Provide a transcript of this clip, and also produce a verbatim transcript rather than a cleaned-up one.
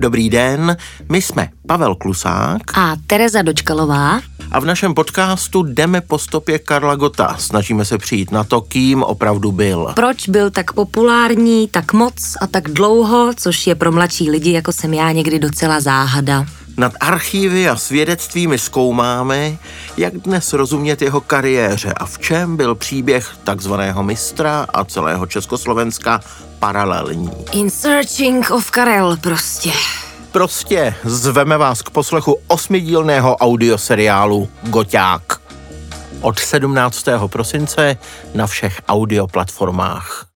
Dobrý den, my jsme Pavel Klusák a Tereza Dočkalová a v našem podcastu jdeme po stopě Karla Gotta. Snažíme se přijít na to, kým opravdu byl. Proč byl tak populární, tak moc a tak dlouho, což je pro mladší lidi, jako jsem já, někdy docela záhada. Nad archívy a svědectvími zkoumáme, jak dnes rozumět jeho kariéře a v čem byl příběh takzvaného mistra a celého Československa paralelní. In searching of Karel prostě. Prostě zveme vás k poslechu osmidílného audioseriálu Goťák. Od sedmnáctého prosince na všech audioplatformách.